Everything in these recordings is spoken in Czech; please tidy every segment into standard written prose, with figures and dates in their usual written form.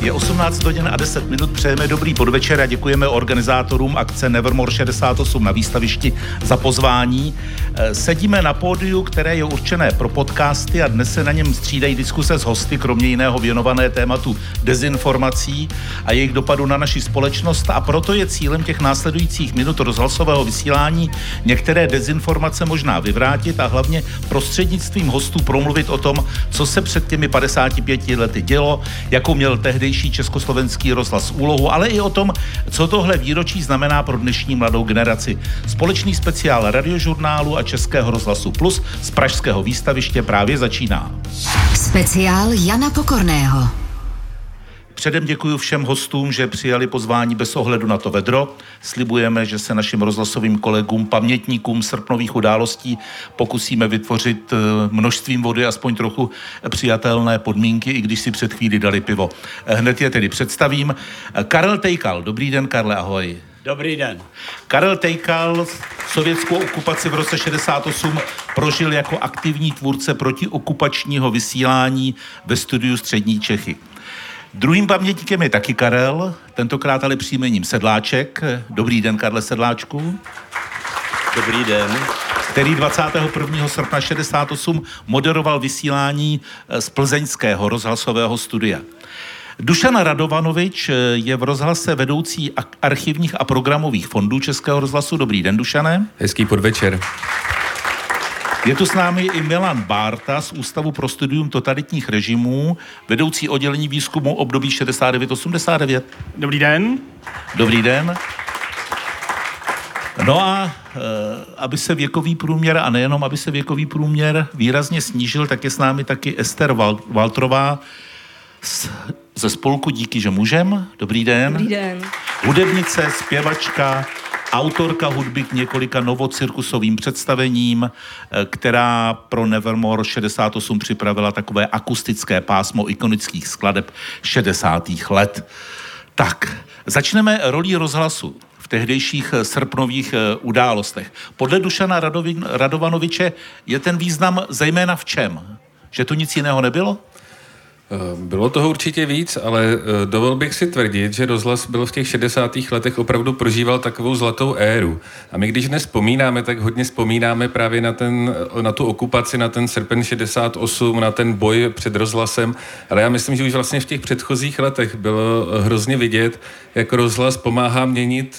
Je 18 hodin a 10 minut, přejeme dobrý podvečer a děkujeme organizátorům akce Nevermore 68 na výstavišti za pozvání. Sedíme na pódiu, které je určené pro podcasty a dnes se na něm střídají diskuse s hosty, kromě jiného věnované tématu dezinformací a jejich dopadu na naši společnost, a proto je cílem těch následujících minut rozhlasového vysílání některé dezinformace možná vyvrátit a hlavně prostřednictvím hostů promluvit o tom, co se před těmi 55 lety dělo, jakou měl tehdejší československý rozhlas úlohu, ale i o tom, co tohle výročí znamená pro dnešní mladou generaci. Společný speciál Radiožurnálu a Českého rozhlasu Plus z pražského výstaviště právě začíná. Speciál Jana Pokorného. Předem děkuji všem hostům, že přijali pozvání bez ohledu na to vedro. Slibujeme, že se našim rozhlasovým kolegům, pamětníkům srpnových událostí pokusíme vytvořit množstvím vody aspoň trochu přijatelné podmínky, i když si před chvíli dali pivo. Hned je tedy představím. Karel Tejkal. Dobrý den, Karle, ahoj. Dobrý den. Karel Tejkal sovětskou okupaci v roce 68 prožil jako aktivní tvůrce protiokupačního vysílání ve studiu Střední Čechy. Druhým pamětníkem je taky Karel, tentokrát ale příjmením Sedláček. Dobrý den, Karle Sedláčku. Dobrý den. Který 21. srpna 68 moderoval vysílání z plzeňského rozhlasového studia. Dušan Radovanovič je v rozhlase vedoucí archivních a programových fondů Českého rozhlasu. Dobrý den, Dušane. Hezký podvečer. Je tu s námi i Milan Bárta z Ústavu pro studium totalitních režimů, vedoucí oddělení výzkumu období 69-89. Dobrý den. Dobrý den. No a aby se věkový průměr, a nejenom aby se věkový průměr výrazně snížil, tak je s námi taky Ester Waltrová ze spolku Díky, že můžem. Dobrý den. Dobrý den. Hudebnice, zpěvačka, autorka hudby k několika novocirkusovým představením, která pro Nevermore 68 připravila takové akustické pásmo ikonických skladeb 60. let. Tak, začneme rolí rozhlasu v tehdejších srpnových událostech. Podle Dušana Radovanoviče je ten význam zejména v čem? Že tu nic jiného nebylo? Bylo toho určitě víc, ale dovolil bych si tvrdit, že rozhlas byl v těch 60. letech opravdu prožíval takovou zlatou éru. A my když dnes vzpomínáme, tak hodně vzpomínáme právě na tu okupaci, na ten srpen 68, na ten boj před rozhlasem, ale já myslím, že už vlastně v těch předchozích letech bylo hrozně vidět, jak rozhlas pomáhá měnit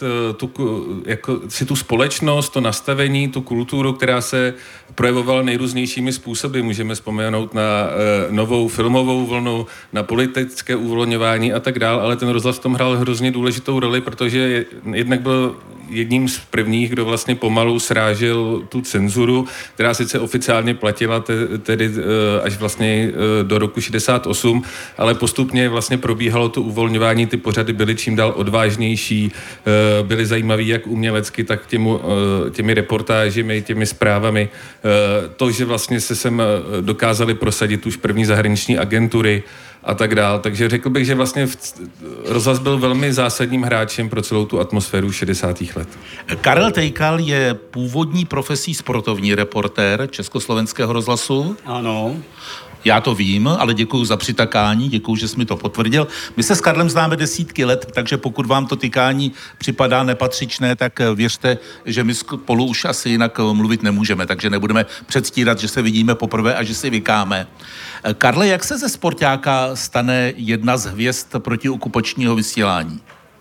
tu společnost, to nastavení, tu kulturu, která se projevovala nejrůznějšími způsoby. Můžeme vzpomenout na novou filmovou vlnu, na politické uvolňování a tak dál, ale ten rozhlas v tom hrál hrozně důležitou roli, protože jednak byl jedním z prvních, kdo vlastně pomalu srážel tu cenzuru, která sice oficiálně platila tedy až vlastně do roku 68, ale postupně vlastně probíhalo to uvolňování, ty pořady byly čím dál odvážnější, byly zajímavý jak umělecky, tak těmi reportážemi, těmi zprávami. To, že vlastně se sem dokázali prosadit už první zahraniční agentury a tak dál. Takže řekl bych, že vlastně rozhlas byl velmi zásadním hráčem pro celou tu atmosféru 60. let. Karel Tejkal je původní profesí sportovní reportér Československého rozhlasu. Ano. Já to vím, ale děkuji za přitakání, děkuji, že jsi mi to potvrdil. My se s Karlem známe desítky let, takže pokud vám to tykání připadá nepatřičné, tak věřte, že my spolu už asi jinak mluvit nemůžeme, takže nebudeme předstírat, že se vidíme poprvé a že si vykáme. Karle, jak se ze sportáka stane jedna z hvězd protiokupačního vysílání?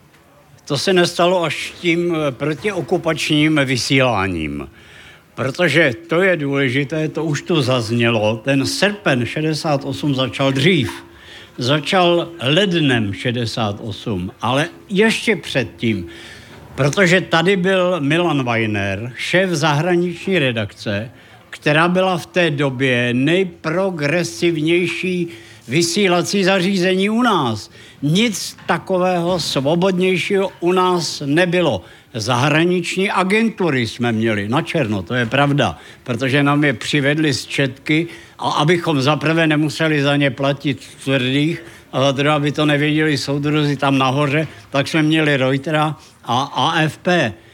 To se nestalo až tím protiokupačním vysíláním. Protože to je důležité, to už tu zaznělo, ten srpen 68 začal dřív. Začal lednem 68, ale ještě předtím, protože tady byl Milan Weiner, šéf zahraniční redakce, která byla v té době nejprogresivnější vysílací zařízení u nás. Nic takového svobodnějšího u nás nebylo. Zahraniční agentury jsme měli na černo, to je pravda, protože nám je přivedli z Četky a abychom zaprvé nemuseli za ně platit tvrdých a za druhé, aby to nevěděli soudruzi tam nahoře, tak jsme měli Reutera a AFP.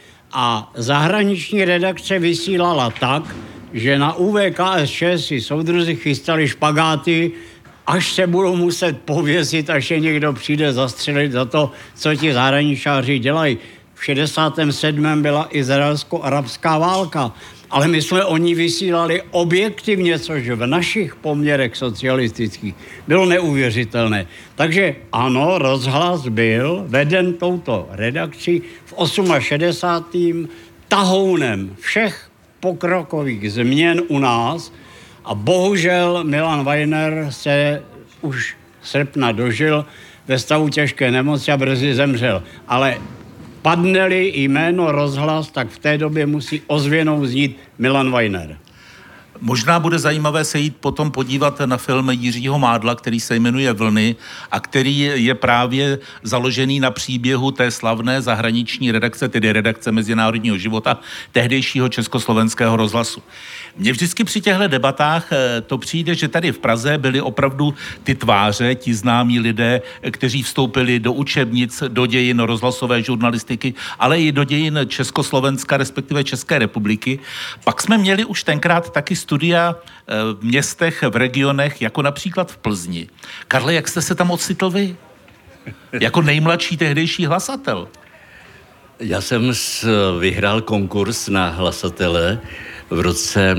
A zahraniční redakce vysílala tak, že na UVKS6 si soudruzi chystali špagáty až se budou muset pověsit, až je někdo přijde zastřelit za to, co ti zahraničáři dělají. V 67. byla izraelsko-arabská válka, ale my jsme o ní vysílali objektivně, což v našich poměrech socialistických bylo neuvěřitelné. Takže ano, rozhlas byl veden touto redakcí v 68. tahounem všech pokrokových změn u nás a bohužel Milan Weiner se už srpna dožil ve stavu těžké nemoci a brzy zemřel. Ale padne-li jméno rozhlas, tak v té době musí ozvěnou znít Milan Weiner. Možná bude zajímavé se jít potom podívat na film Jiřího Mádla, který se jmenuje Vlny a který je právě založený na příběhu té slavné zahraniční redakce, tedy redakce Mezinárodního života, tehdejšího Československého rozhlasu. Mně vždycky při těchto debatách to přijde, že tady v Praze byly opravdu ty tváře, ti známí lidé, kteří vstoupili do učebnic, do dějin rozhlasové žurnalistiky, ale i do dějin Československa, respektive České republiky. Pak jsme měli už tenkrát taky studia v městech, v regionech, jako například v Plzni. Karle, jak jste se tam ocitl vy? Jako nejmladší tehdejší hlasatel. Já jsem vyhrál konkurs na hlasatele v roce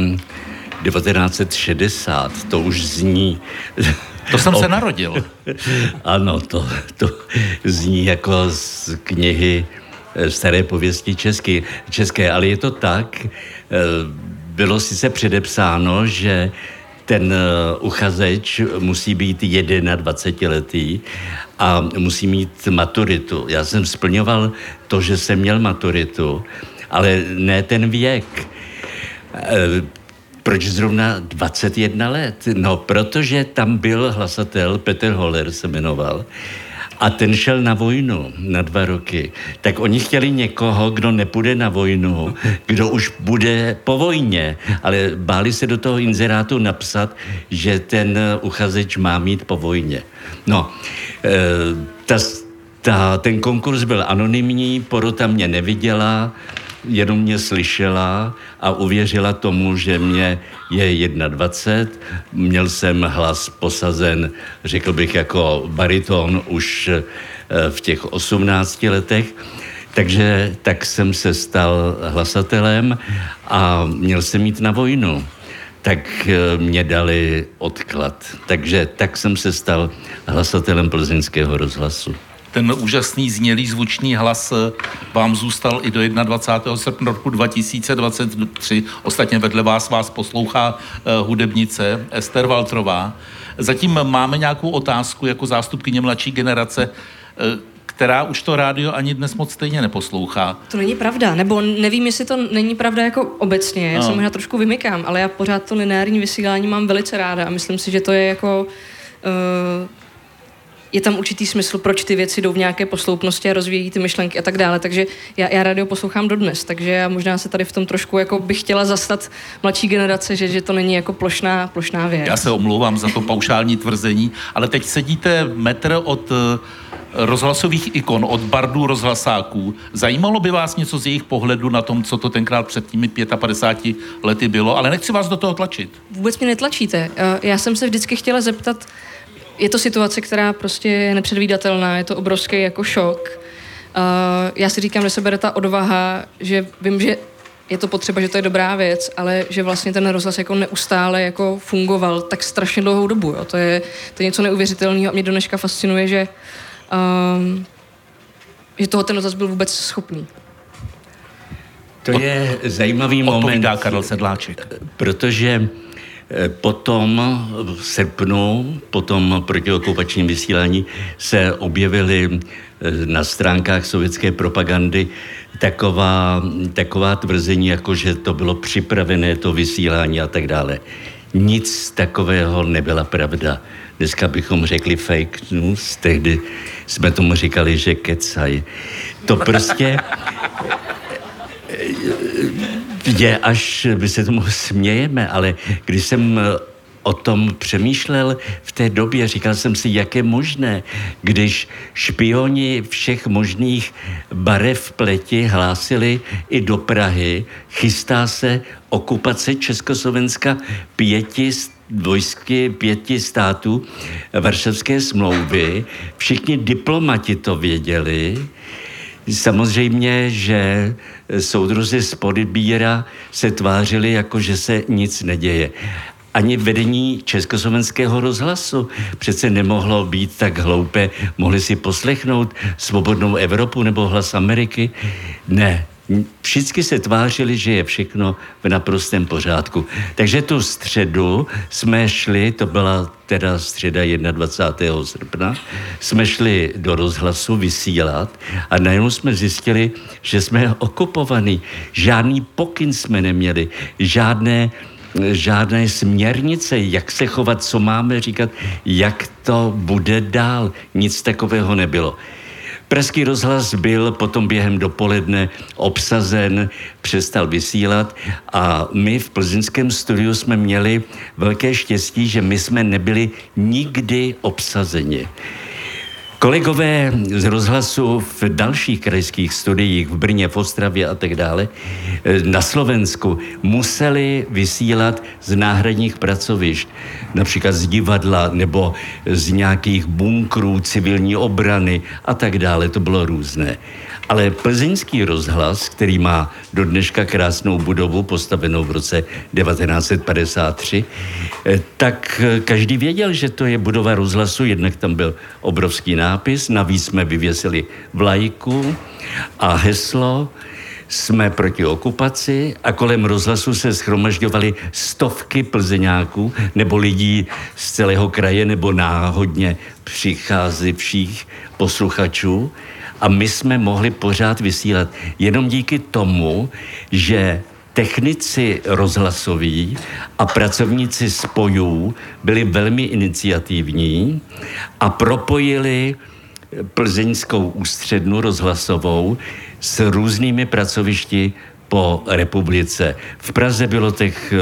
1960. To už zní... To jsem se narodil. Ano, to zní jako z knihy Staré pověsti české, ale je to tak. Bylo sice předepsáno, že ten uchazeč musí být 21letý a musí mít maturitu. Já jsem splňoval to, že jsem měl maturitu, ale ne ten věk. Proč zrovna 21 let? No, protože tam byl hlasatel, Petr Holler se jmenoval, a ten šel na vojnu na 2 roky. Tak oni chtěli někoho, kdo nepůjde na vojnu, kdo už bude po vojně. Ale báli se do toho inzerátu napsat, že ten uchazeč má mít po vojně. No, ten konkurs byl anonymní, porota mě neviděla, jenom mě slyšela a uvěřila tomu, že mě je 21. Měl jsem hlas posazen, řekl bych, jako bariton už v těch 18 letech. Takže tak jsem se stal hlasatelem a měl jsem jít na vojnu. Tak mě dali odklad. Takže tak jsem se stal hlasatelem Plzeňského rozhlasu. Ten úžasný znělý zvučný hlas vám zůstal i do 21. srpna roku 2023. Ostatně vedle vás poslouchá hudebnice Ester Waltrová. Zatím máme nějakou otázku jako zástupkyně mladší generace, která už to rádio ani dnes moc stejně neposlouchá. To není pravda, nebo nevím, jestli to není pravda jako obecně. Já se možná trošku vymykám, ale já pořád to lineární vysílání mám velice ráda a myslím si, že to je jako... je tam určitý smysl, proč ty věci jdou v nějaké posloupnosti a rozvíjí ty myšlenky a tak dále. Takže já rádio poslouchám dodnes, takže já možná se tady v tom trošku jako bych chtěla zastat mladší generace, že to není jako plošná věc. Já se omlouvám za to paušální tvrzení, ale teď sedíte metr od rozhlasových ikon, od bardů rozhlasáků. Zajímalo by vás něco z jejich pohledu na tom, co to tenkrát před těmi 55 lety bylo, ale nechci vás do toho tlačit. Vůbec mě netlačíte. Já jsem se vždycky chtěla zeptat, je to situace, která prostě je nepředvídatelná, je to obrovský jako šok. Já si říkám, že se bere ta odvaha, že vím, že je to potřeba, že to je dobrá věc, ale že vlastně ten rozhlas jako neustále jako fungoval tak strašně dlouhou dobu. Jo. To je něco neuvěřitelného a mě do dneška fascinuje, že toho ten rozhlas byl vůbec schopný. To je zajímavý moment. Odpovídá Karel Sedláček. Protože potom v srpnu, po tom protiokupačním vysílání se objevily na stránkách sovětské propagandy taková tvrzení, jako že to bylo připravené, to vysílání a tak dále. Nic takového nebyla pravda. Dneska bychom řekli fake news, tehdy jsme tomu říkali, že kecaj. To prostě je, až my se tomu smějeme, ale když jsem o tom přemýšlel v té době, říkal jsem si, jak je možné, když špioni všech možných barev pleti hlásili i do Prahy, chystá se okupace Československa 5 vojsky 5 států Varšavské smlouvy. Všichni diplomati to věděli. Samozřejmě, že soudruzi z Politbíra se tvářili, jako že se nic neděje. Ani vedení Československého rozhlasu přece nemohlo být tak hloupé. Mohli si poslechnout Svobodnou Evropu nebo Hlas Ameriky? Ne. Všichni se tvářili, že je všechno v naprostém pořádku. Takže tu středu jsme šli, to byla teda středa 21. srpna, jsme šli do rozhlasu vysílat a najednou jsme zjistili, že jsme okupovaní. Žádný pokyn jsme neměli, žádné směrnice, jak se chovat, co máme říkat, jak to bude dál. Nic takového nebylo. Pražský rozhlas byl potom během dopoledne obsazen, přestal vysílat a my v plzeňském studiu jsme měli velké štěstí, že my jsme nebyli nikdy obsazeni. Kolegové z rozhlasu v dalších krajských studiích, v Brně, v Ostravě a tak dále, na Slovensku museli vysílat z náhradních pracovišť, například z divadla nebo z nějakých bunkrů civilní obrany a tak dále, to bylo různé. Ale plzeňský rozhlas, který má do dneška krásnou budovu, postavenou v roce 1953, tak každý věděl, že to je budova rozhlasu, jednak tam byl obrovský nápis, navíc jsme vyvěsili vlajku a heslo Jsme proti okupaci a kolem rozhlasu se shromažďovaly stovky plzeňáků nebo lidí z celého kraje nebo náhodně přicházevších posluchačů. A my jsme mohli pořád vysílat jenom díky tomu, že technici rozhlasoví a pracovníci spojů byli velmi iniciativní a propojili plzeňskou ústřednu rozhlasovou s různými pracovišti po republice. V Praze bylo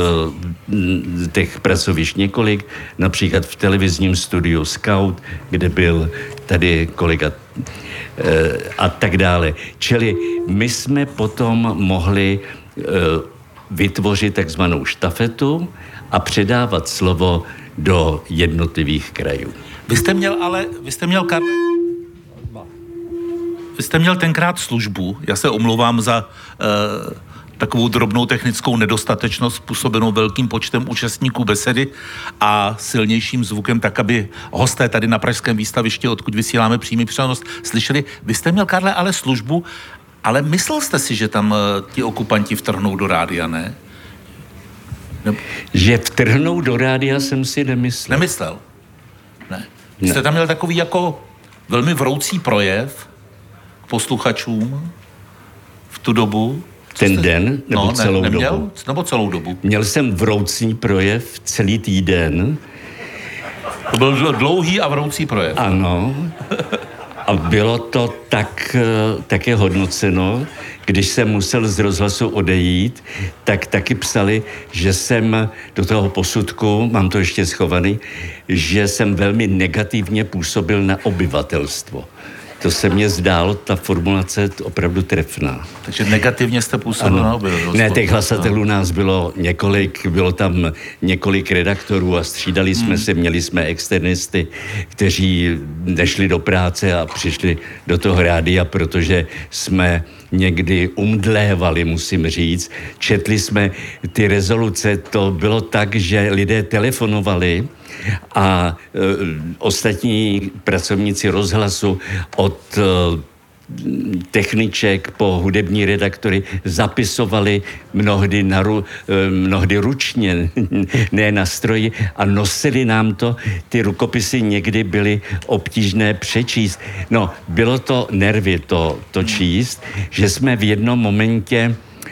těch pracovišť několik, například v televizním studiu Scout, kde byl tady kolega a tak dále. Čili my jsme potom mohli vytvořit takzvanou štafetu a předávat slovo do jednotlivých krajů. Vy jste měl tenkrát službu, já se omlouvám za takovou drobnou technickou nedostatečnost způsobenou velkým počtem účastníků besedy a silnějším zvukem, tak aby hosté tady na pražském výstavišti, odkud vysíláme přímý přenos, slyšeli. Vy jste měl, Karle, ale službu, ale myslel jste si, že tam ti okupanti vtrhnou do rádia, ne? Že vtrhnou do rádia jsem si nemyslel. Nemyslel? Ne. Vy jste tam měl takový jako velmi vroucí projev k posluchačům v tu dobu. Ten den nebo celou dobu? Nebo celou dobu. Měl jsem vroucí projev celý týden. To byl dlouhý a vroucí projev. Ano. A bylo to také hodnoceno. Když jsem musel z rozhlasu odejít, tak taky psali, že jsem do toho posudku, mám to ještě schovaný, že jsem velmi negativně působil na obyvatelstvo. To se mně zdálo, ta formulace opravdu trefná. Takže negativně jste působil na obyvatelstvo. Ne, těch hlasatelů nás bylo několik, bylo tam několik redaktorů a střídali jsme se, měli jsme externisty, kteří nešli do práce a přišli do toho rádia, protože jsme někdy umdlévali, musím říct. Četli jsme ty rezoluce, to bylo tak, že lidé telefonovali a ostatní pracovníci rozhlasu od techniček po hudební redaktory zapisovali mnohdy ručně, ne na stroji a nosili nám to. Ty rukopisy někdy byly obtížné přečíst. No, bylo to nervy to číst, že jsme v jednom momentě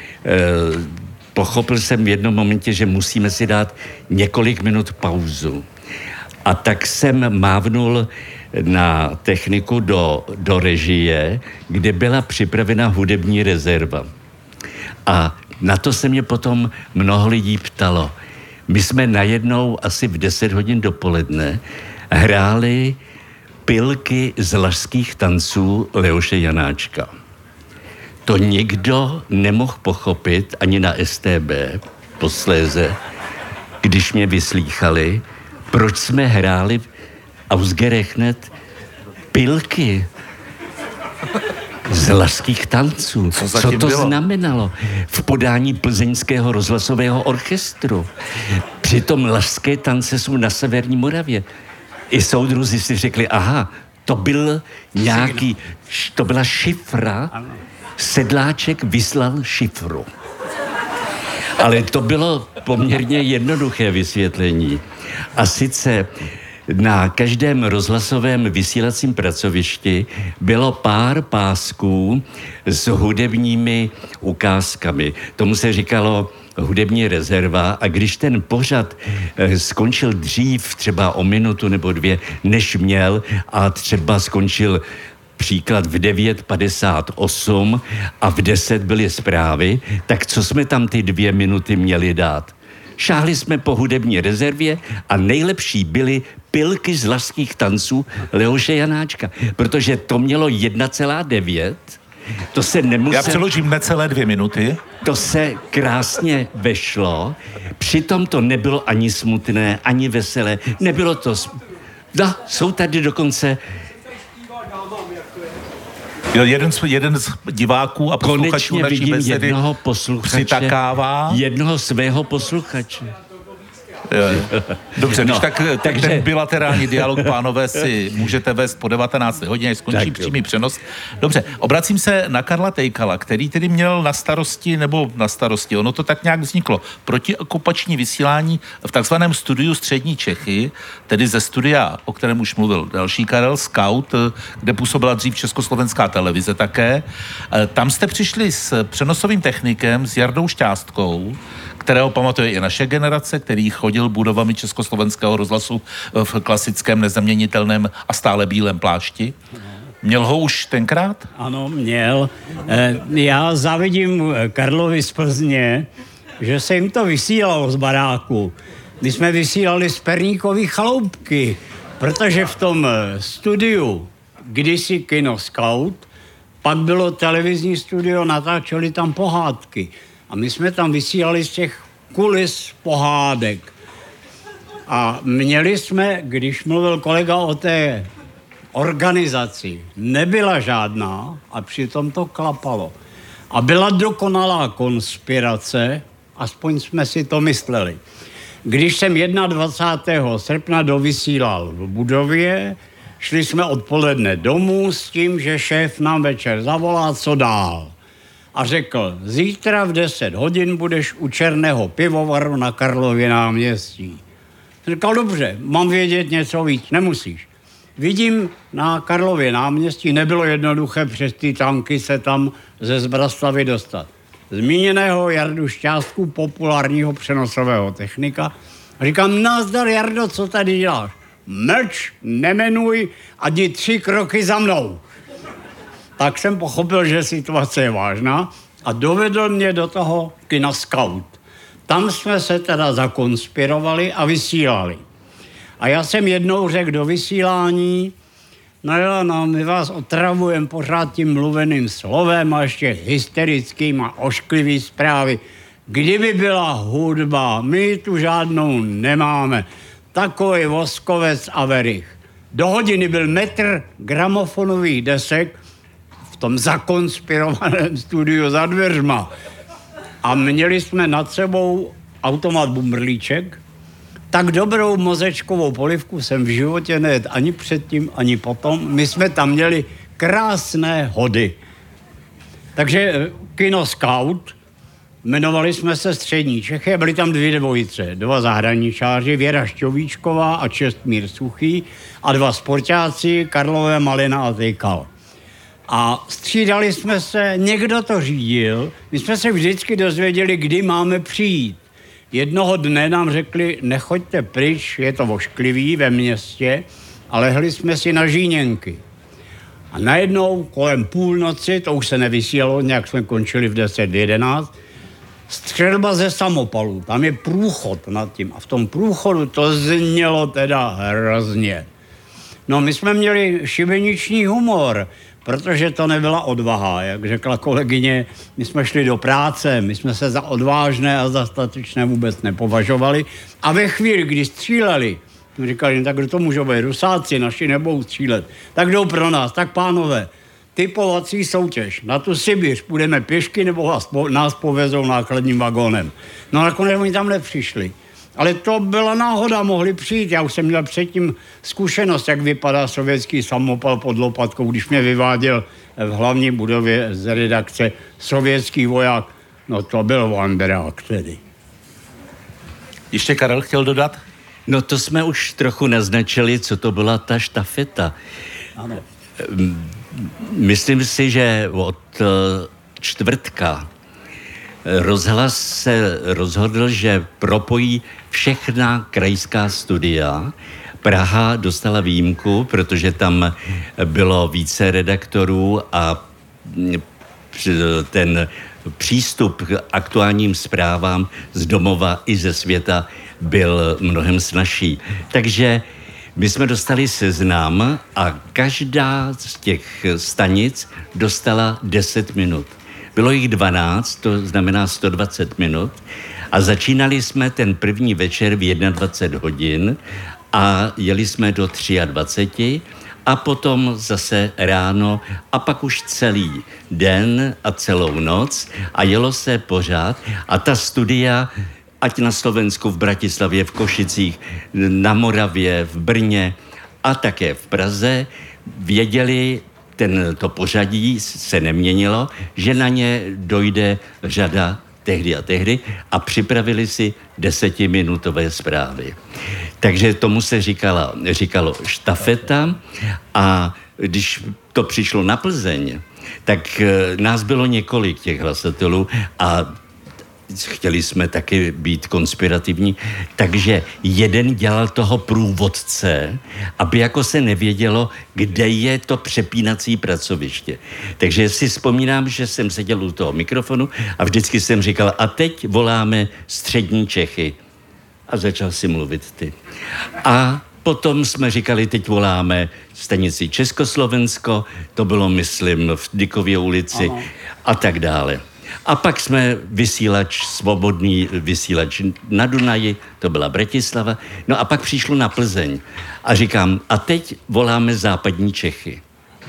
pochopil jsem v jednom momentě, že musíme si dát několik minut pauzu. A tak jsem mávnul na techniku do režie, kde byla připravena hudební rezerva. A na to se mě potom mnoho lidí ptalo. My jsme najednou asi v 10 hodin dopoledne hráli pilky z lašských tanců Leoše Janáčka. To nikdo nemohl pochopit ani na STB posléze, když mě vyslýchali, proč jsme hráli Ausgerechnet Pilky z Laských tanců. Co to znamenalo v podání Plzeňského rozhlasového orchestru? Přitom Laské tance jsou na severní Moravě. I soudruzi si řekli, aha, to byla šifra, Sedláček vyslal šifru. Ale to bylo poměrně jednoduché vysvětlení. A sice na každém rozhlasovém vysílacím pracovišti bylo pár pásků s hudebními ukázkami. Tomu se říkalo hudební rezerva a když ten pořad skončil dřív, třeba o minutu nebo 2, než měl a třeba skončil příklad v 9:58 a v 10 byly zprávy, tak co jsme tam ty 2 minuty měli dát? Šáhli jsme po hudební rezervě a nejlepší byly Pilky z Laských tanců Leoše Janáčka, protože to mělo 1,9. To se nemusel... Já přeložím necelé 2 minuty. To se krásně vešlo, přitom to nebylo ani smutné, ani veselé, nebylo to... Jsou tady dokonce... Jeden z diváků a posluchačů naší besedy přitakává. Jednoho svého posluchače. Dobře, takže ten bilaterální dialog, pánové, si můžete vést po 19. hodině, až skončí přímý přenos. Dobře, obracím se na Karla Tejkala, který tedy měl na starosti, ono to tak nějak vzniklo, protiokupační vysílání v takzvaném studiu Střední Čechy, tedy ze studia, o kterém už mluvil další Karel, Scout, kde působila dřív Československá televize také. Tam jste přišli s přenosovým technikem, s Jardou Šťástkou, kterého pamatuje i naše generace, který chodil budovami Československého rozhlasu v klasickém nezaměnitelném a stále bílém plášti. Měl ho už tenkrát? Ano, měl. Já závidím Karlovi z Plzně, že se jim to vysílalo z baráku. My jsme vysílali z Perníkovy chaloupky, protože v tom studiu kdysi Kino Scout, pak bylo televizní studio, natáčeli tam pohádky. A my jsme tam vysílali z těch kulis pohádek. A měli jsme, když mluvil kolega o té organizaci, nebyla žádná a přitom to klapalo. A byla dokonalá konspirace, aspoň jsme si to mysleli. Když jsem 21. srpna dovysílal v budově, šli jsme odpoledne domů s tím, že šéf nám večer zavolá, co dál. A řekl, zítra v 10 hodin budeš u Černého pivovaru na Karlově náměstí. Říkal, dobře, mám vědět něco víc, nemusíš. Vidím, na Karlově náměstí nebylo jednoduché přes ty tanky se tam ze Zbraslavy dostat. Zmíněného Jardu Šťástku, populárního přenosového technika. A říkám, nazdar Jardo, co tady děláš? Mlč, nemenuj a jdi 3 kroky za mnou. Tak jsem pochopil, že situace je vážná a dovedl mě do toho Kina Scout. Tam jsme se teda zakonspirovali a vysílali. A já jsem jednou řekl do vysílání, no, my vás otravujeme pořád tím mluveným slovem a ještě hysterickým a ošklivý zprávy. Kdyby byla hudba, my tu žádnou nemáme. Takový Voskovec a Verich. Do hodiny byl metr gramofonových desek v tom zakonspirovaném studiu za dveřma. A měli jsme nad sebou automat bumrlíček. Tak dobrou mozečkovou polivku jsem v životě nejedl ani předtím, ani potom. My jsme tam měli krásné hody. Takže Kino Scout, jmenovali jsme se Střední Čechy a byli tam 2 dvojice. 2 zahraničáři, Věra Šťovíčková a Čestmír Suchý a 2 sportáci, Karlové Malina a Tejkal. A střídali jsme se, někdo to řídil, my jsme se vždycky dozvěděli, kdy máme přijít. Jednoho dne nám řekli, nechoďte pryč, je to vošklivý ve městě, a lehli jsme si na žíněnky. A najednou kolem půlnoci, to už se nevysílalo, nějak jsme končili v 10:11, střelba ze samopalů, tam je průchod nad tím a v tom průchodu to znělo teda hrozně. No my jsme měli šibeniční humor, protože to nebyla odvaha. Jak řekla kolegyně, my jsme šli do práce, my jsme se za odvážné a za statečné vůbec nepovažovali. A ve chvíli, kdy stříleli, jsme říkali, tak kdo to můžou být? Rusáci, naši nebudou střílet. Tak jdou pro nás, tak pánové, typovací soutěž. Na tu Sibiř půjdeme pěšky nebo nás povezou nákladním vagónem. No nakonec oni tam nepřišli. Ale to byla náhoda, mohli přijít. Já už jsem měl předtím zkušenost, jak vypadá sovětský samopal pod lopatkou, když mě vyváděl v hlavní budově z redakce sovětský voják. No to byl vandrák tedy. Ještě Karel chtěl dodat? No to jsme už trochu naznačili, co to byla ta štafeta. Ano. Myslím si, že od čtvrtka rozhlas se rozhodl, že propojí všechna krajská studia. Praha dostala výjimku, protože tam bylo více redaktorů a ten přístup k aktuálním zprávám z domova i ze světa byl mnohem snazší. Takže my jsme dostali seznam a každá z těch stanic dostala 10 minut. Bylo jich 12, to znamená 120 minut a začínali jsme ten první večer v 21 hodin a jeli jsme do 23 a potom zase ráno a pak už celý den a celou noc a jelo se pořád a ta studia, ať na Slovensku, v Bratislavě, v Košicích, na Moravě, v Brně a také v Praze, věděli, to pořadí se neměnilo, že na ně dojde řada tehdy a tehdy a připravili si 10minutové zprávy. Takže tomu se říkalo štafeta a když to přišlo na Plzeň, tak nás bylo několik těch hlasatelů a chtěli jsme taky být konspirativní, takže jeden dělal toho průvodce, aby jako se nevědělo, kde je to přepínací pracoviště. Takže si vzpomínám, že jsem seděl u toho mikrofonu a vždycky jsem říkal, a teď voláme střední Čechy. A začal si mluvit ty. A potom jsme říkali, teď voláme stanici Československo, to bylo, myslím, v Dykově ulici a tak dále. A pak jsme svobodný vysílač na Dunaji, to byla Bratislava, no a pak přišlo na Plzeň. A říkám, a teď voláme západní Čechy.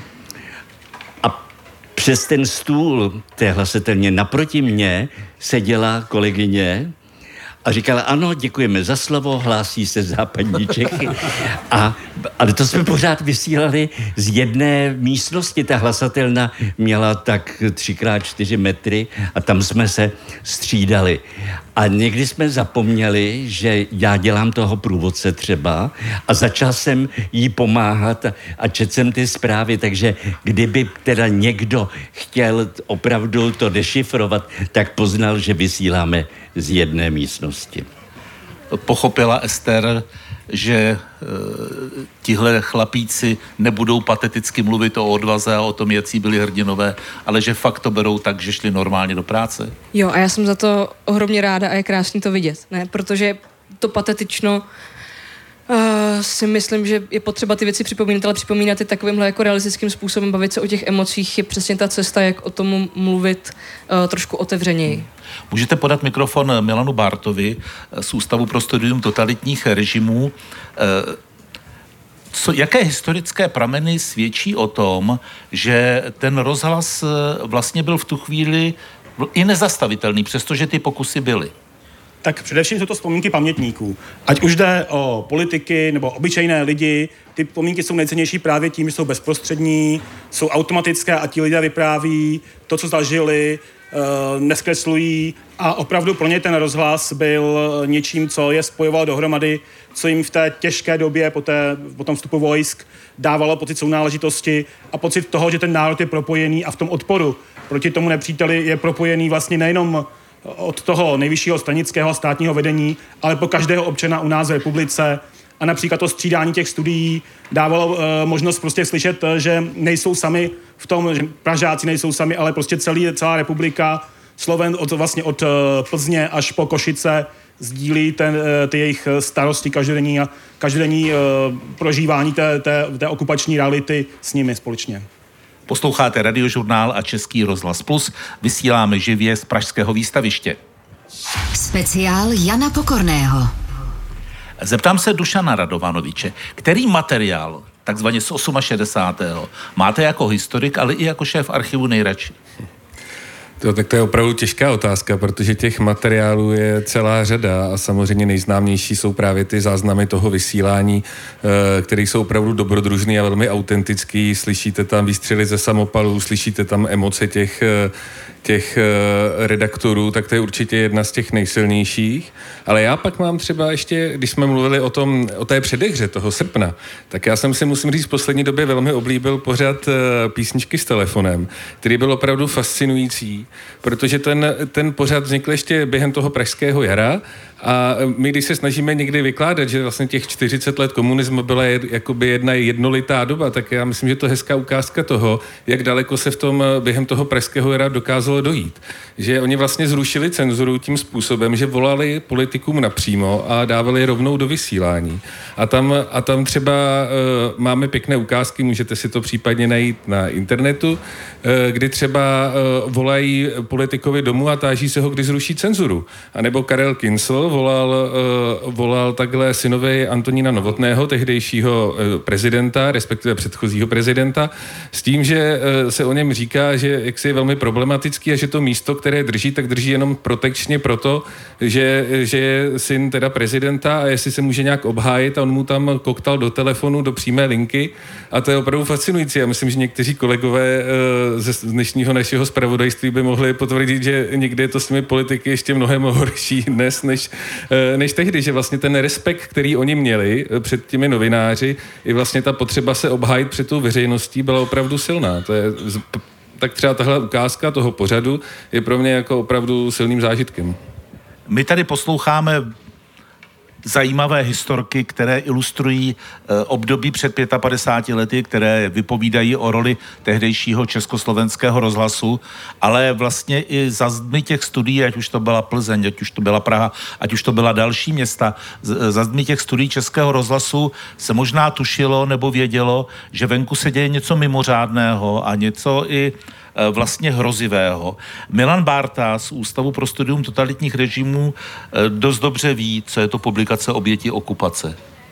A přes ten stůl té hlasatelně naproti mně seděla kolegyně a říkala, ano, děkujeme za slovo, hlásí se západní Čechy. Ale to jsme pořád vysílali z jedné místnosti. Ta hlasatelna měla tak 3x4 metry a tam jsme se střídali. A někdy jsme zapomněli, že já dělám toho průvodce třeba a začal jsem jí pomáhat a četl jsem ty zprávy, takže kdyby teda někdo chtěl opravdu to dešifrovat, tak poznal, že vysíláme z jedné místnosti. Pochopila Ester, že tihle chlapíci nebudou pateticky mluvit o odvaze a o tom, jaký byli hrdinové, ale že fakt to berou tak, že šli normálně do práce? Jo, a já jsem za to ohromně ráda a je krásný to vidět, ne? Protože to patetično si myslím, že je potřeba ty věci připomínat, ale připomínat je takovýmhle jako realistickým způsobem, bavit se o těch emocích je přesně ta cesta, jak o tom mluvit trošku otevřeněji. Můžete podat mikrofon Milanu Bártovi z Ústavu pro studium totalitních režimů. Jaké historické prameny svědčí o tom, že ten rozhlas vlastně byl v tu chvíli i nezastavitelný, přestože ty pokusy byly? Tak především jsou to vzpomínky pamětníků. Ať už jde o politiky nebo obyčejné lidi, ty vzpomínky jsou nejcennější právě tím, že jsou bezprostřední, jsou automatické a ti lidé vypráví to, co zažili, neskreslují a opravdu pro ně ten rozhlas byl něčím, co je spojovalo dohromady, co jim v té těžké době po tom vstupu vojsk dávalo pocit sounáležitosti a pocit toho, že ten národ je propojený a v tom odporu proti tomu nepříteli je propojený vlastně nejenom od toho nejvyššího stranického státního vedení, ale po každého občana u nás v republice. A například to střídání těch studií dávalo možnost prostě slyšet, že nejsou sami v tom, že Pražáci nejsou sami, ale prostě celá republika, vlastně od Plzně až po Košice sdílí ty jejich starosti každodenní prožívání té okupační reality s nimi společně. Posloucháte Radiožurnál a Český rozhlas Plus. Vysíláme živě z pražského výstaviště. Speciál Jana Pokorného. Zeptám se Dušana Radovanoviče, který materiál, takzvaně z 68. máte jako historik, ale i jako šéf archivu nejradši? Tak to je opravdu těžká otázka, protože těch materiálů je celá řada a samozřejmě nejznámější jsou právě ty záznamy toho vysílání, které jsou opravdu dobrodružný a velmi autentický. Slyšíte tam výstřely ze samopalů, slyšíte tam emoce těch redaktorů, tak to je určitě jedna z těch nejsilnějších. Ale já pak mám třeba ještě, když jsme mluvili o té předehře toho srpna, tak já jsem si, musím říct, v poslední době velmi oblíbil pořad Písničky s telefonem, který byl opravdu fascinující, protože ten pořad vznikl ještě během toho pražského jara a my, když se snažíme někdy vykládat, že vlastně těch 40 let komunismu byla jakoby jedna jednolitá doba, tak já myslím, že to je hezká ukázka toho, jak daleko se v tom během toho pražského jara dokázalo dojít. Že oni vlastně zrušili cenzuru tím způsobem, že volali politikům napřímo a dávali rovnou do vysílání. A tam třeba máme pěkné ukázky, můžete si to případně najít na internetu, kdy třeba volají politikovi domů a táží se ho, kdy zruší cenzuru. A nebo Karel Kincl volal takhle synovi Antonína Novotného, tehdejšího prezidenta, respektive předchozího prezidenta, s tím, že se o něm říká, že jaksi je velmi problematický a že to místo, které drží, tak drží jenom protekčně proto, že je syn teda prezidenta a jestli se může nějak obhájit a on mu tam koktal do telefonu, do přímé linky a to je opravdu fascinující. Já myslím, že někteří kolegové z dnešního našeho zpravodajství by mohli potvrdit, že někdy je to s těmi politiky ještě mnohem horší dnes, než tehdy, že vlastně ten respekt, který oni měli před těmi novináři, i vlastně ta potřeba se obhájit před tou veřejností byla opravdu silná. To je, tak třeba tahle ukázka toho pořadu je pro mě jako opravdu silným zážitkem. My tady posloucháme zajímavé historky, které ilustrují období před 55 lety, které vypovídají o roli tehdejšího československého rozhlasu, ale vlastně i za zdmi těch studií, ať už to byla Plzeň, ať už to byla Praha, ať už to byla další města, za zdmi těch studií Českého rozhlasu se možná tušilo nebo vědělo, že venku se děje něco mimořádného a něco i vlastně hrozivého. Milan Bárta z Ústavu pro studium totalitních režimů dost dobře ví, co je to publikace Oběti okupace.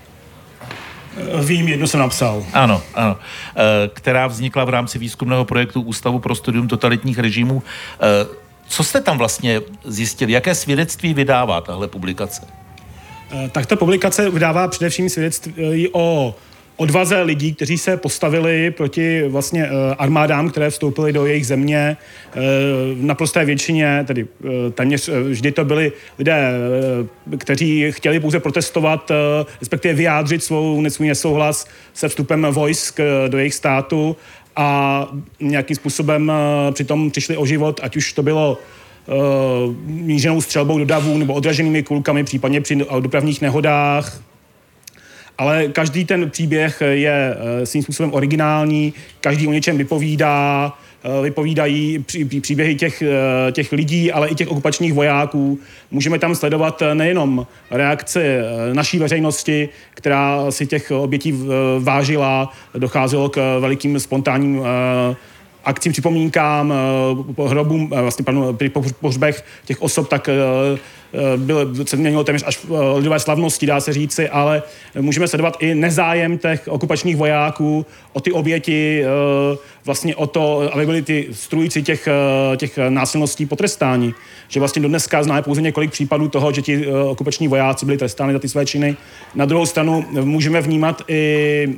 Vím, jedno jsem napsal. Ano. Která vznikla v rámci výzkumného projektu Ústavu pro studium totalitních režimů. Co jste tam vlastně zjistili? Jaké svědectví vydává tahle publikace? Tak ta publikace vydává především svědectví o odvaze lidí, kteří se postavili proti vlastně armádám, které vstoupily do jejich země. V naprosté většině, tedy téměř vždy to byli lidé, kteří chtěli pouze protestovat, respektive vyjádřit svůj nesouhlas se vstupem vojsk do jejich státu a nějakým způsobem přitom přišli o život, ať už to bylo mířenou střelbou do davů nebo odraženými kulkami, případně při dopravních nehodách. Ale každý ten příběh je svým způsobem originální, každý o něčem vypovídá, vypovídají příběhy těch lidí, ale i těch okupačních vojáků. Můžeme tam sledovat nejenom reakce naší veřejnosti, která si těch obětí vážila, docházelo k velikým spontánním akcím, připomínkám, hrobům, vlastně při pohřbech těch osob, tak se měnilo téměř až lidové slavnosti, dá se říci, ale můžeme sledovat i nezájem těch okupačních vojáků o ty oběti, vlastně o to, aby byli ty strůjci těch násilností potrestáni. Že vlastně do dneska známe pouze několik případů toho, že ti okupační vojáci byli trestáni za ty své činy. Na druhou stranu můžeme vnímat i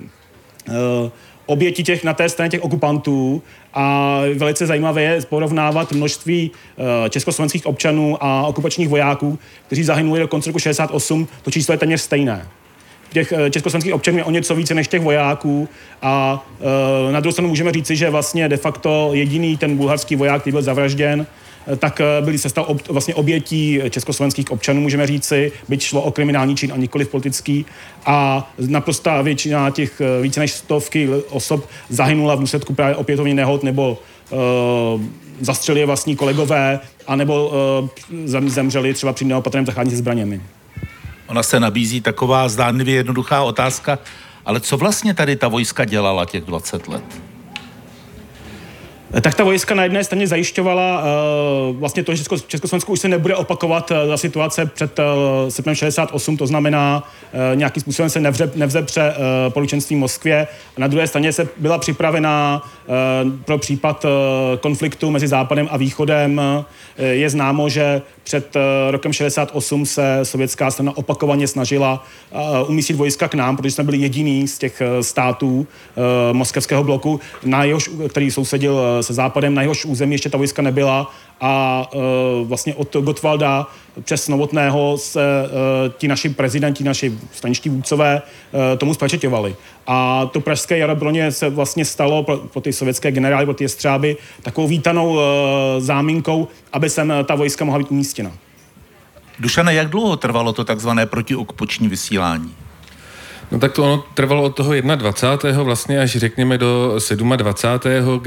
oběti na té straně těch okupantů a velice zajímavé je porovnávat množství československých občanů a okupačních vojáků, kteří zahynuli do konce roku 68, to číslo je téměř stejné. Těch československých občanů je o něco více než těch vojáků a na druhou stranu můžeme říci, že vlastně de facto jediný ten bulharský voják, který byl zavražděn, tak se stal vlastně obětí československých občanů, můžeme říci, byť šlo o kriminální čin a nikoliv politický. A naprostá většina těch více než stovky osob zahynula v důsledku právě opětovně nehod nebo zastřelili vlastní kolegové, anebo zemřeli třeba při neopatrném zacházení se zbraněmi. Ona se nabízí taková zdánlivě jednoduchá otázka, ale co vlastně tady ta vojska dělala těch 20 let? Tak ta vojska na jedné straně zajišťovala vlastně to, že Československo už se nebude opakovat za situace před srpnem 68, to znamená nějakým způsobem se nevzepře polučenství v Moskvě. A na druhé straně se byla připravena pro případ konfliktu mezi Západem a Východem. Je známo, že před rokem 68 se sovětská strana opakovaně snažila umístit vojska k nám, protože jsme byli jediný z těch států moskevského bloku, který sousedil se Západem, na jehož území ještě ta vojska nebyla a vlastně od Gottwalda přes Novotného se ti naši prezidenti, naši straničtí vůdcové tomu spečeťovali. A to pražské jaro pro ně se vlastně stalo pro ty sovětské generály, pro ty jestřáby, takovou vítanou záminkou, aby sem ta vojska mohla být umístěna. Dušane, jak dlouho trvalo to takzvané protiokupační vysílání? No tak to ono trvalo od toho 21. vlastně až řekněme do 27.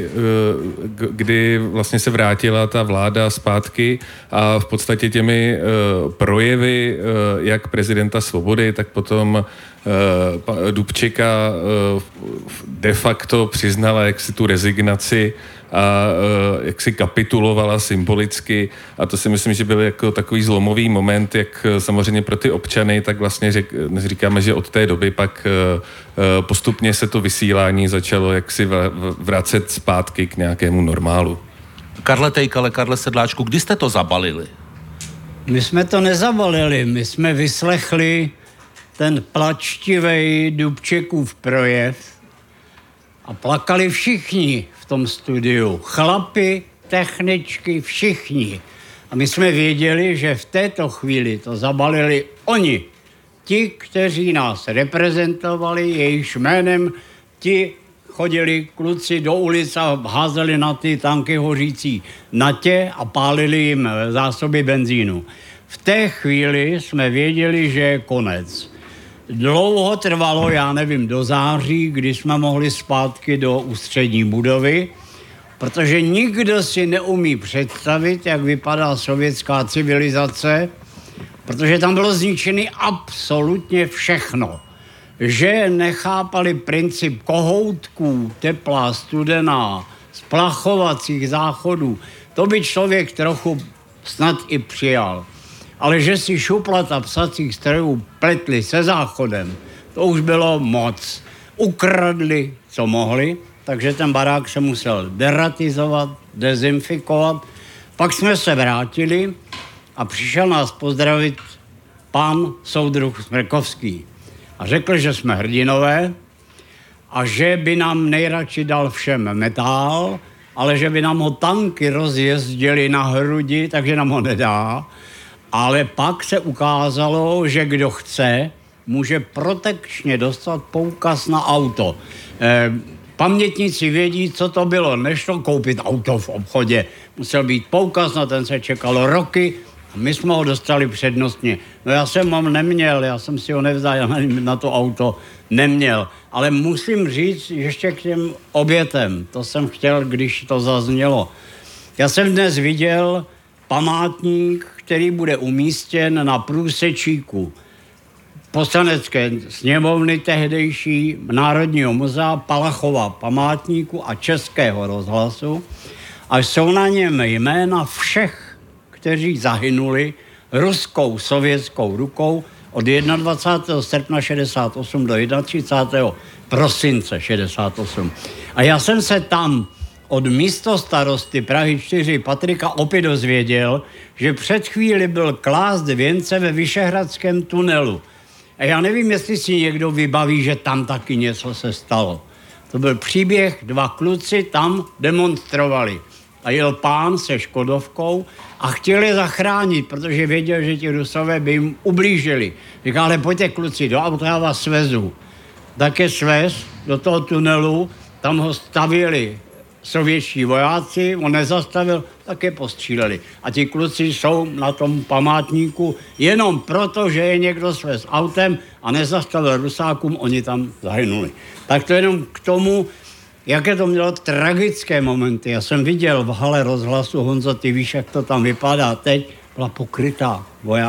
kdy vlastně se vrátila ta vláda zpátky a v podstatě těmi projevy jak prezidenta Svobody, tak potom Dubčeka de facto přiznala jaksi tu rezignaci a jak si kapitulovala symbolicky a to si myslím, že byl jako takový zlomový moment, jak samozřejmě pro ty občany, tak vlastně říkáme, že od té doby pak postupně se to vysílání začalo jaksi vracet zpátky k nějakému normálu. Karle Tejkale, Karle Sedláčku, kdy jste to zabalili? My jsme to nezabalili, my jsme vyslechli ten plačtivej Dubčekův projev a plakali všichni v tom studiu. Chlapi, techničky, všichni. A my jsme věděli, že v této chvíli to zabalili oni. Ti, kteří nás reprezentovali, jejichž jménem ti chodili kluci do ulic a házeli na ty tanky hořící natě a pálili jim zásoby benzínu. V té chvíli jsme věděli, že je konec. Dlouho trvalo, já nevím, do září, kdy jsme mohli zpátky do ústřední budovy, protože nikdo si neumí představit, jak vypadá sovětská civilizace, protože tam bylo zničené absolutně všechno. Že nechápali princip kohoutků, teplá, studená, splachovacích záchodů, to by člověk trochu snad i přijal. Ale že si šuplata psacích strojů pletli se záchodem, to už bylo moc. Ukradli, co mohli, takže ten barák se musel deratizovat, dezinfikovat. Pak jsme se vrátili a přišel nás pozdravit pan soudruh Smrkovský. A řekl, že jsme hrdinové a že by nám nejradši dal všem metál, ale že by nám ho tanky rozjezdili na hrudi, takže nám ho nedá. Ale pak se ukázalo, že kdo chce, může protekčně dostat poukaz na auto. Pamětníci vědí, co to bylo. Nešlo koupit auto v obchodě. Musel být poukaz, na ten se čekalo roky a my jsme ho dostali přednostně. No já jsem ho neměl, já jsem si ho nevzal, já na to auto neměl. Ale musím říct ještě k těm obětem. To jsem chtěl, když to zaznělo. Já jsem dnes viděl památník, který bude umístěn na průsečíku Poslanecké sněmovny tehdejší, Národního muzea, Palachova památníku a Českého rozhlasu. A jsou na něm jména všech, kteří zahynuli ruskou sovětskou rukou od 21. srpna 68 do 31. prosince 68. A já jsem se tam od místostarosty Prahy 4 Patrika opět dozvěděl, že před chvíli byl klást věnce ve Vyšehradském tunelu. A já nevím, jestli si někdo vybaví, že tam taky něco se stalo. To byl příběh, 2 kluci tam demonstrovali. A jel pán se škodovkou a chtěl je zachránit, protože věděl, že ti Rusové by jim ublížili. Říkal, ale pojďte kluci, do auta, já vás svezu. Tak je svez do toho tunelu, tam ho stavěli sovětští vojáci, on nezastavil, tak je postříleli. A ti kluci jsou na tom památníku jenom proto, že je někdo svez autem a nezastavil Rusákům, oni tam zahynuli. Tak to jenom k tomu, jaké to mělo tragické momenty. Já jsem viděl v hale rozhlasu, Honzo, ty víš, jak to tam vypadá teď, byla pokrytá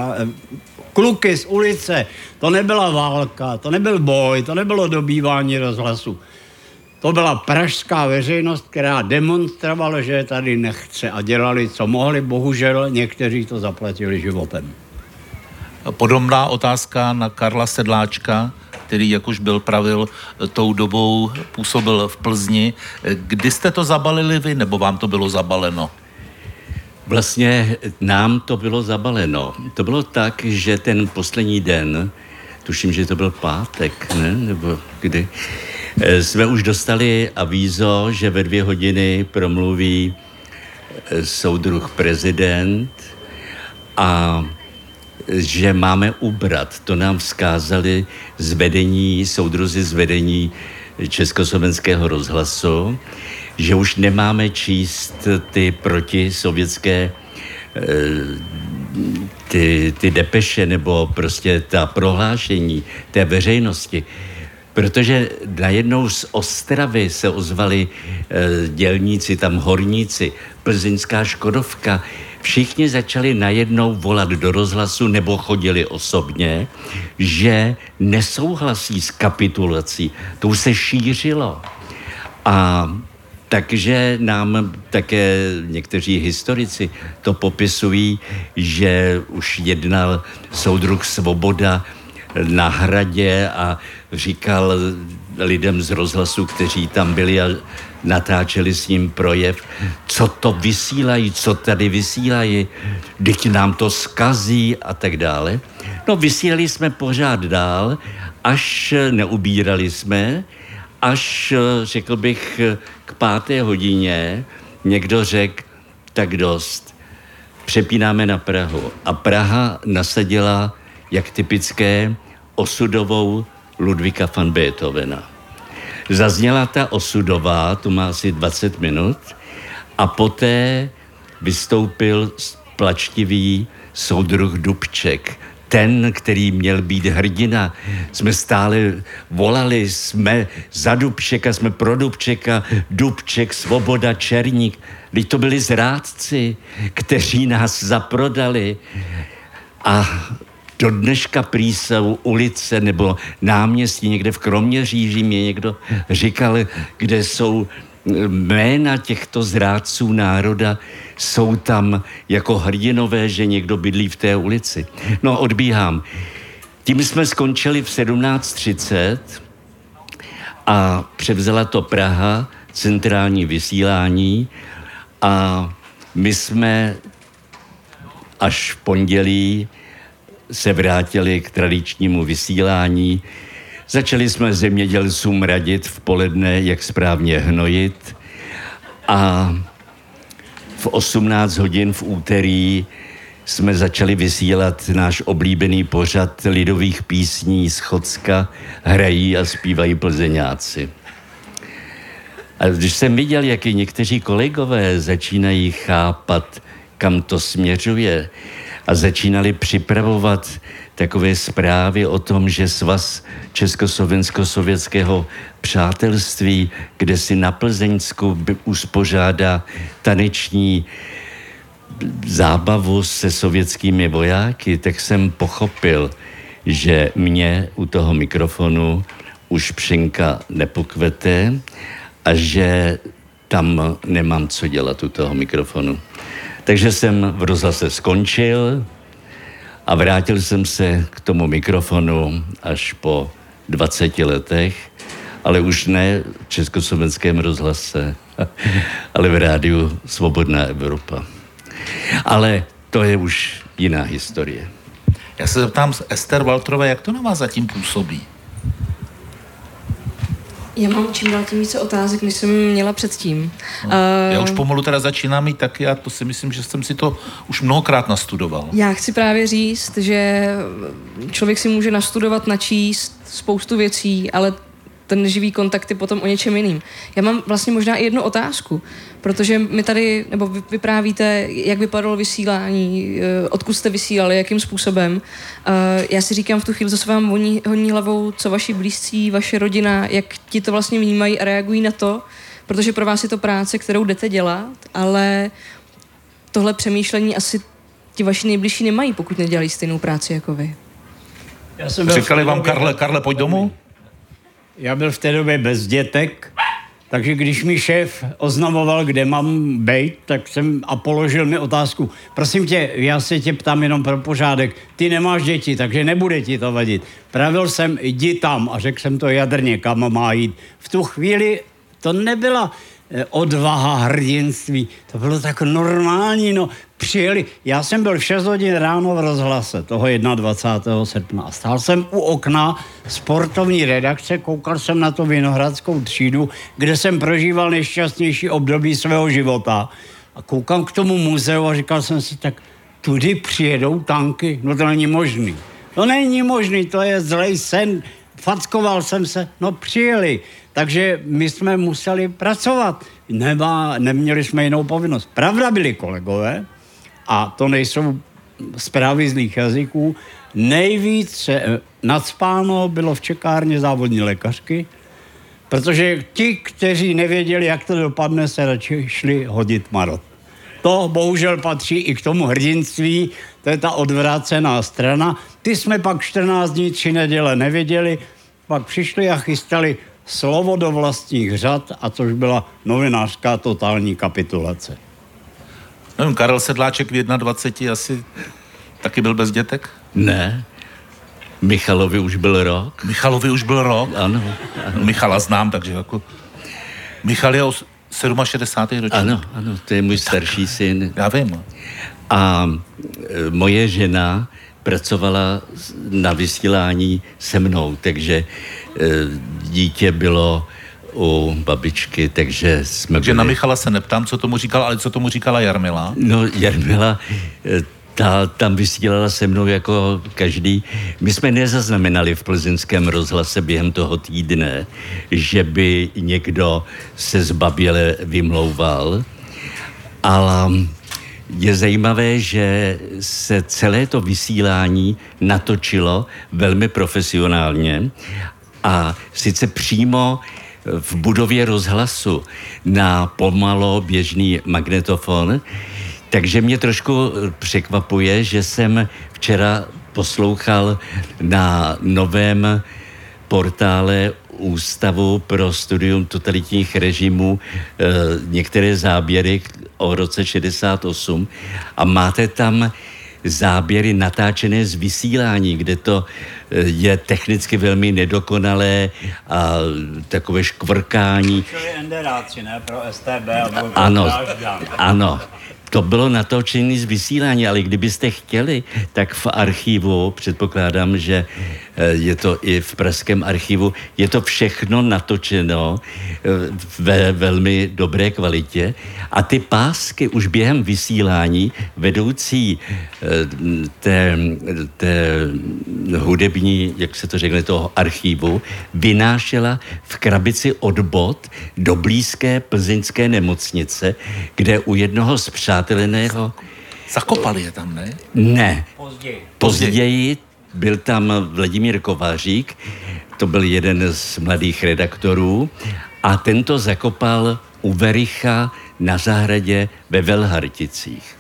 kluky z ulice. To nebyla válka, to nebyl boj, to nebylo dobývání rozhlasu. To byla pražská veřejnost, která demonstrovala, že je tady nechce a dělali, co mohli. Bohužel někteří to zaplatili životem. Podobná otázka na Karla Sedláčka, který, jak už byl pravil, tou dobou působil v Plzni. Kdy jste to zabalili vy, nebo vám to bylo zabaleno? Vlastně nám to bylo zabaleno. To bylo tak, že ten poslední den, tuším, že to byl pátek, ne? Nebo kdy, jsme už dostali avízo, že ve 2 hodiny promluví soudruh prezident a že máme ubrat. To nám vzkázali soudruzi z vedení Československého rozhlasu, že už nemáme číst ty protisovětské ty depeše nebo prostě ta prohlášení té veřejnosti. Protože najednou z Ostravy se ozvali dělníci, tam horníci, plzeňská Škodovka. Všichni začali najednou volat do rozhlasu nebo chodili osobně, že nesouhlasí s kapitulací. To už se šířilo. A takže nám také někteří historici to popisují, že už jednal soudruh Svoboda na Hradě a říkal lidem z rozhlasu, kteří tam byli a natáčeli s ním projev, co to vysílají, co tady vysílají, vždyť nám to zkazí a tak dále. No vysílali jsme pořád dál, až neubírali jsme, až řekl bych k 5. hodině někdo řekl, tak dost, přepínáme na Prahu. A Praha nasadila, jak typické, osudovou Ludvíka van Beethovena. Zazněla ta osudová, to má asi 20 minut, a poté vystoupil plačtivý soudruh Dubček. Ten, který měl být hrdina. Jsme stále volali, jsme za Dubčeka, jsme pro Dubčeka, Dubček, Svoboda, Černík. Vždyť to byli zrádci, kteří nás zaprodali. A do dneška prý jsou ulice nebo náměstí někde v Kroměříži, mě někdo říkal, kde jsou jména těchto zrádců národa, jsou tam jako hrdinové, že někdo bydlí v té ulici. No, odbíhám. Tím jsme skončili v 17:30 a převzala to Praha, centrální vysílání, a my jsme až v pondělí se vrátili k tradičnímu vysílání. Začali jsme zemědělcům radit v poledne, jak správně hnojit, a v 18 hodin v úterý jsme začali vysílat náš oblíbený pořad lidových písní z Chocka, hrají a zpívají Plzeňáci. A když jsem viděl, jak i někteří kolegové začínají chápat, kam to směřuje, a začínali připravovat takové zprávy o tom, že svaz Československo-sovětského přátelství, kde si na Plzeňsku uspořádá taneční zábavu se sovětskými vojáky, tak jsem pochopil, že mě u toho mikrofonu už pšenka nepokvete a že tam nemám co dělat u toho mikrofonu. Takže jsem v rozhlase skončil a vrátil jsem se k tomu mikrofonu až po 20 letech, ale už ne v Československém rozhlase, ale v rádiu Svobodná Evropa. Ale to je už jiná historie. Já se zeptám Ester Waltrové, jak to na vás zatím působí? Já mám čím dál tím více otázek, než jsem měla předtím. No, já už pomalu teda začínám mít taky, a to si myslím, že jsem si to už mnohokrát nastudoval. Já chci právě říct, že člověk si může nastudovat, načíst spoustu věcí, ale ten živý kontakt je potom o něčem jiným. Já mám vlastně možná i jednu otázku, protože my tady, nebo vyprávíte, jak vypadalo vysílání, odkud jste vysílali, jakým způsobem. Já si říkám v tu chvíli, co se vám honí hlavou, co vaši blízcí, vaše rodina, jak ti to vlastně vnímají a reagují na to, protože pro vás je to práce, kterou jdete dělat, ale tohle přemýšlení asi ti vaši nejbližší nemají, pokud nedělají stejnou práci jako vy. Říkali vám, Karle, pojď domů? Já byl v té době bez dětek Takže když mi šéf oznamoval, kde mám bejt, tak jsem a položil mi otázku. Prosím tě, já se tě ptám jenom pro pořádek. Ty nemáš děti, takže nebude ti to vadit. Pravil jsem, jdi tam a řekl jsem to jadrně, kam má jít. V tu chvíli to nebyla odvaha, hrdinství. To bylo tak normální, no. Přijeli. Já jsem byl v 6 hodin ráno v Rozhlase, toho 21. srpna. A stál jsem u okna sportovní redakce, koukal jsem na to Vinohradskou třídu, kde jsem prožíval nejšťastnější období svého života. A koukám k tomu muzeu a říkal jsem si, tak tudy přijedou tanky? No to není možný. To není možný, to je zlej sen. Fackoval jsem se, no přijeli. Takže my jsme museli pracovat. Neměli jsme jinou povinnost. Pravda byli kolegové, a to nejsou zprávy zlých jazyků, nejvíce nacpáno bylo v čekárně závodní lékařky, protože ti, kteří nevěděli, jak to dopadne, se radši šli hodit marot. To bohužel patří i k tomu hrdinství, to je ta odvrácená strana. Ty jsme pak 14 dní, 3 neděle nevěděli, pak přišli a chystali slovo do vlastních řad, a což byla novinářská totální kapitulace. Nevím, Karel Sedláček v 21 asi taky byl bez dětek? Ne. Michalovi už byl rok. Michalovi už byl rok? Ano. Michala znám, takže jako... Michal je 67. ročník. Ano, to je můj starší syn. Já vím. A moje žena pracovala na vysílání se mnou, takže dítě bylo u babičky, takže jsme Takže na Michala se neptám, co tomu říkala, ale co tomu říkala Jarmila? No, Jarmila, ta tam vysílala se mnou jako každý. My jsme nezaznamenali v Plzeňském rozhlase během toho týdne, že by někdo se zbaběle vymlouval, ale je zajímavé, že se celé to vysílání natočilo velmi profesionálně a sice přímo v budově rozhlasu na pomalo běžný magnetofon, takže mě trošku překvapuje, že jsem včera poslouchal na novém portále Ústavu pro studium totalitních režimů některé záběry o roce 68 a máte tam záběry natáčené z vysílání, kde to je technicky velmi nedokonalé a takové škvrkání. Čili enderáci, ne? Pro STB. Ano. To bylo natočené z vysílání, ale kdybyste chtěli, tak v archivu, předpokládám, že je to i v pražském archivu, je to všechno natočeno ve velmi dobré kvalitě a ty pásky už během vysílání vedoucí té hudební, jak se to řekne, toho archivu, vynášela v krabici od bot do blízké plzeňské nemocnice, kde u jednoho z přáteleného... Zakopali je tam, ne? Ne. Později byl tam Vladimír Kovářík, to byl jeden z mladých redaktorů a tento zakopal u Vericha na zahradě ve Velharticích.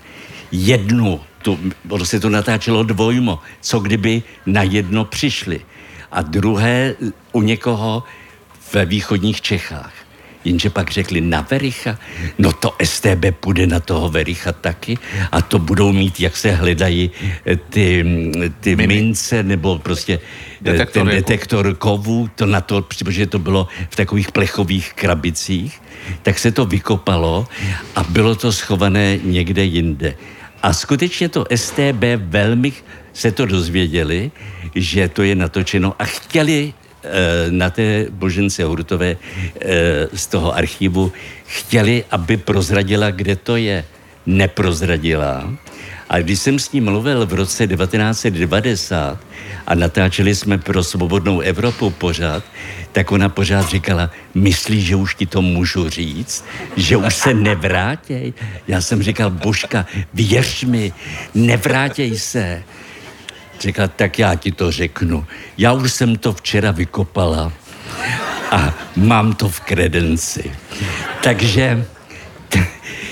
Ono se to natáčelo dvojmo, co kdyby na jedno přišli. A druhé u někoho ve východních Čechách. Jenže pak řekli na Vericha, no to STB půjde na toho Vericha taky a to budou mít, jak se hledají ty mince nebo prostě ten detektor kovů, to na to, protože to bylo v takových plechových krabicích, tak se to vykopalo a bylo to schované někde jinde. A skutečně to STB velmi se to dozvěděli, že to je natočeno a chtěli na té Božence Hurtové z toho archivu chtěli, aby prozradila, kde to je. Neprozradila. A když jsem s ní mluvil v roce 1990 a natáčeli jsme pro Svobodnou Evropu pořád, tak ona pořád říkala, myslíš, že už ti to můžu říct? Že už se nevrátěj? Já jsem říkal, Božka, věř mi, nevrátěj se. Říkala, tak já ti to řeknu. Já už jsem to včera vykopala a mám to v kredenci. Takže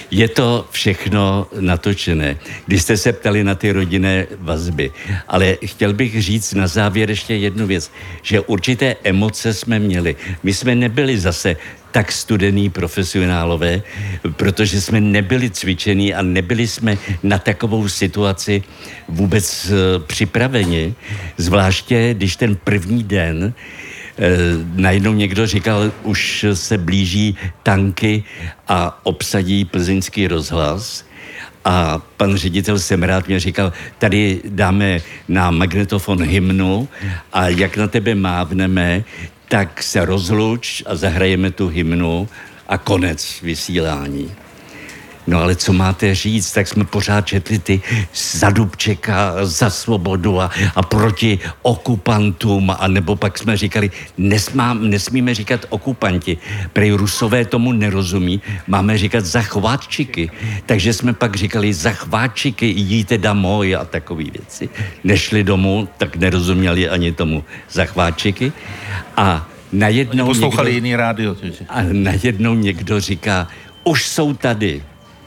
Je to všechno natočené. Když jste se ptali na ty rodinné vazby. Ale chtěl bych říct na závěr ještě jednu věc, že určité emoce jsme měli. My jsme nebyli zase tak studení profesionálové, protože jsme nebyli cvičení a nebyli jsme na takovou situaci vůbec připraveni. Zvláště, když ten první den najednou někdo říkal, už se blíží tanky a obsadí Plzeňský rozhlas. A pan ředitel Semrád mě říkal, tady dáme na magnetofon hymnu a jak na tebe mávneme, tak se rozluč a zahrajeme tu hymnu a konec vysílání. No ale co máte říct, tak jsme pořád četli ty za Dubčeka, za svobodu a proti okupantům, a nebo pak jsme říkali, nesmíme říkat okupanti, prej Rusové tomu nerozumí, máme říkat za chvátčiky. Takže jsme pak říkali za chvátčiky, jíte domů a takové věci. Nešli domů, tak nerozuměli ani tomu za chvátčiky. A najednou poslouchali jiný rádio. A najednou někdo říká, už jsou tady.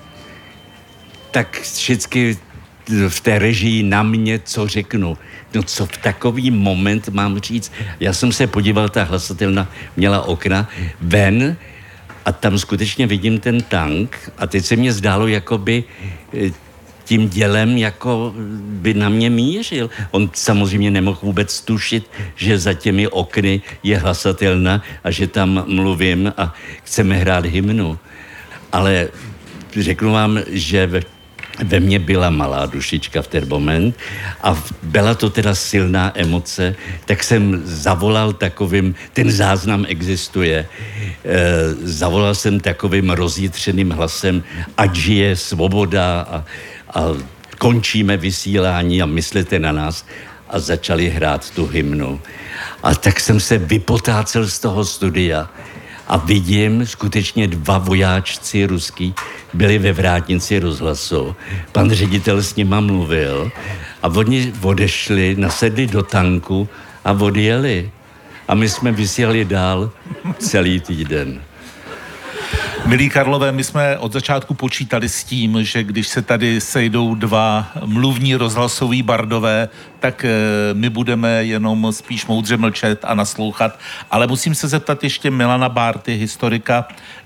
Tak vždycky v té režii na mě, co řeknu. No co v takový moment mám říct? Já jsem se podíval, ta hlasatelna měla okna ven a tam skutečně vidím ten tank a teď se mně zdálo, jakoby tím dělem jako by na mě mířil. On samozřejmě nemohl vůbec tušit, že za těmi okny je hlasatelna a že tam mluvím a chceme hrát hymnu. Ale řeknu vám, že ve mně byla malá dušička v ten moment a byla to teda silná emoce, tak jsem zavolal takovým, ten záznam existuje, zavolal jsem takovým rozjitřeným hlasem, ať žije svoboda a končíme vysílání a myslete na nás, a začali hrát tu hymnu. A tak jsem se vypotácel z toho studia a vidím, skutečně 2 vojáčci ruský byli ve vrátnici rozhlasu. Pan ředitel s nima mluvil a oni odešli, nasedli do tanku a odjeli. A my jsme vysílali dál celý týden. Milí Karlové, my jsme od začátku počítali s tím, že když se tady sejdou 2 mluvní rozhlasoví bardové, tak my budeme jenom spíš moudře mlčet a naslouchat. Ale musím se zeptat ještě Milana Bárty, historika,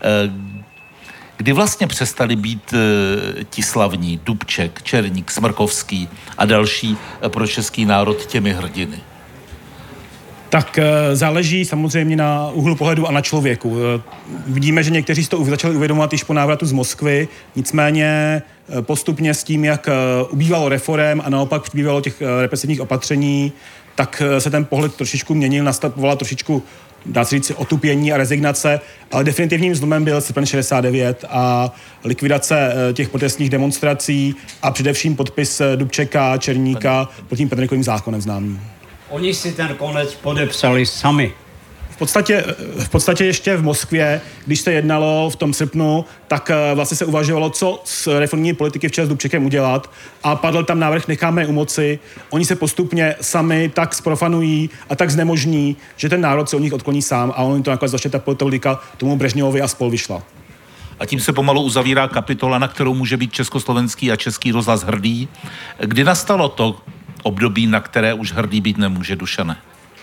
kdy vlastně přestali být ti slavní, Dubček, Černík, Smrkovský a další pro český národ těmi hrdiny? Tak záleží samozřejmě na úhlu pohledu a na člověku. Vidíme, že někteří si to začali uvědomovat již po návratu z Moskvy, nicméně postupně s tím, jak ubývalo reforem a naopak přibývalo těch represivních opatření, tak se ten pohled trošičku měnil, nastupovala trošičku, dá se říct, otupění a rezignace, ale definitivním zlomem byl srpen 69 a likvidace těch protestních demonstrací a především podpis Dubčeka, Černíka pod tím Penrichovým zákonem známým. Oni si ten konec podepsali sami. V podstatě ještě v Moskvě, když se jednalo v tom srpnu, tak vlastně se uvažovalo, co s reformní politiky včera s Dubčekem udělat a padl tam návrh necháme u moci. Oni se postupně sami tak zprofanují a tak znemožní, že ten národ se od nich odkloní sám a on to nakonec začne ta politika tomu Brežněvovi a spol vyšla. A tím se pomalu uzavírá kapitola, na kterou může být československý a český rozhlas hrdý. Kdy nastalo to období, na které už hrdý být nemůže, Dušane?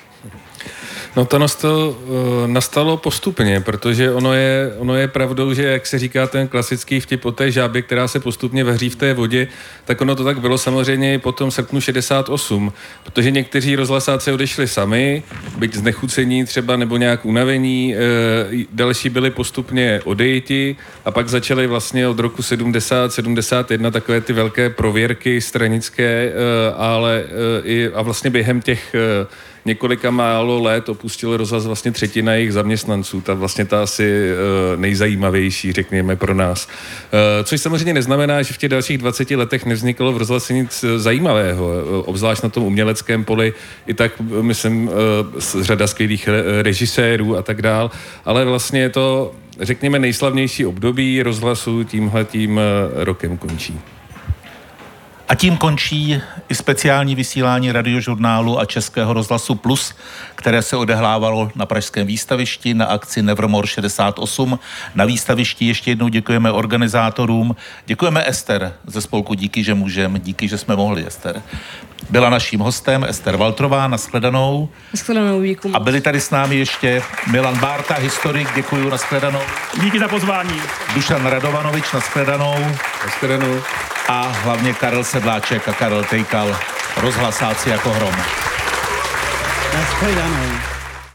No to nastalo postupně, protože ono je pravdou, že jak se říká ten klasický vtip o té žábě, která se postupně vaří v té vodě, tak ono to tak bylo samozřejmě i po tom srpnu 68, protože někteří rozhlasáci odešli sami, byť znechucení třeba nebo nějak unavení, další byli postupně odejiti a pak začaly vlastně od roku 70-71 takové ty velké prověrky stranické, ale a vlastně během těch několika málo let opustil rozhlas vlastně 1/3 jejich zaměstnanců. Ta asi nejzajímavější, řekněme, pro nás. Což samozřejmě neznamená, že v těch dalších 20 letech nevzniklo v rozhlase nic zajímavého, obzvlášť na tom uměleckém poli, i tak, myslím, řada skvělých režisérů a tak dál, ale vlastně je to, řekněme, nejslavnější období rozhlasu tímhletím rokem končí. A tím končí i speciální vysílání Radiožurnálu a Českého rozhlasu Plus, které se odehrávalo na pražském výstavišti na akci Nevermore 68. Na výstavišti ještě jednou děkujeme organizátorům. Děkujeme Ester ze spolku Díky, že můžeme. Díky, že jsme mohli, Ester. Byla naším hostem Ester Waltrová, nashledanou. Nashledanou, děkuji. A byli tady s námi ještě Milan Bárta, historik, děkuju, nashledanou. Díky za pozvání. Dušan Radovanovič, nashledanou. Nashledanou. A hlavně Karel Sedláček a Karel Tejkal, rozhlasáci jako hrom. Nashledanou.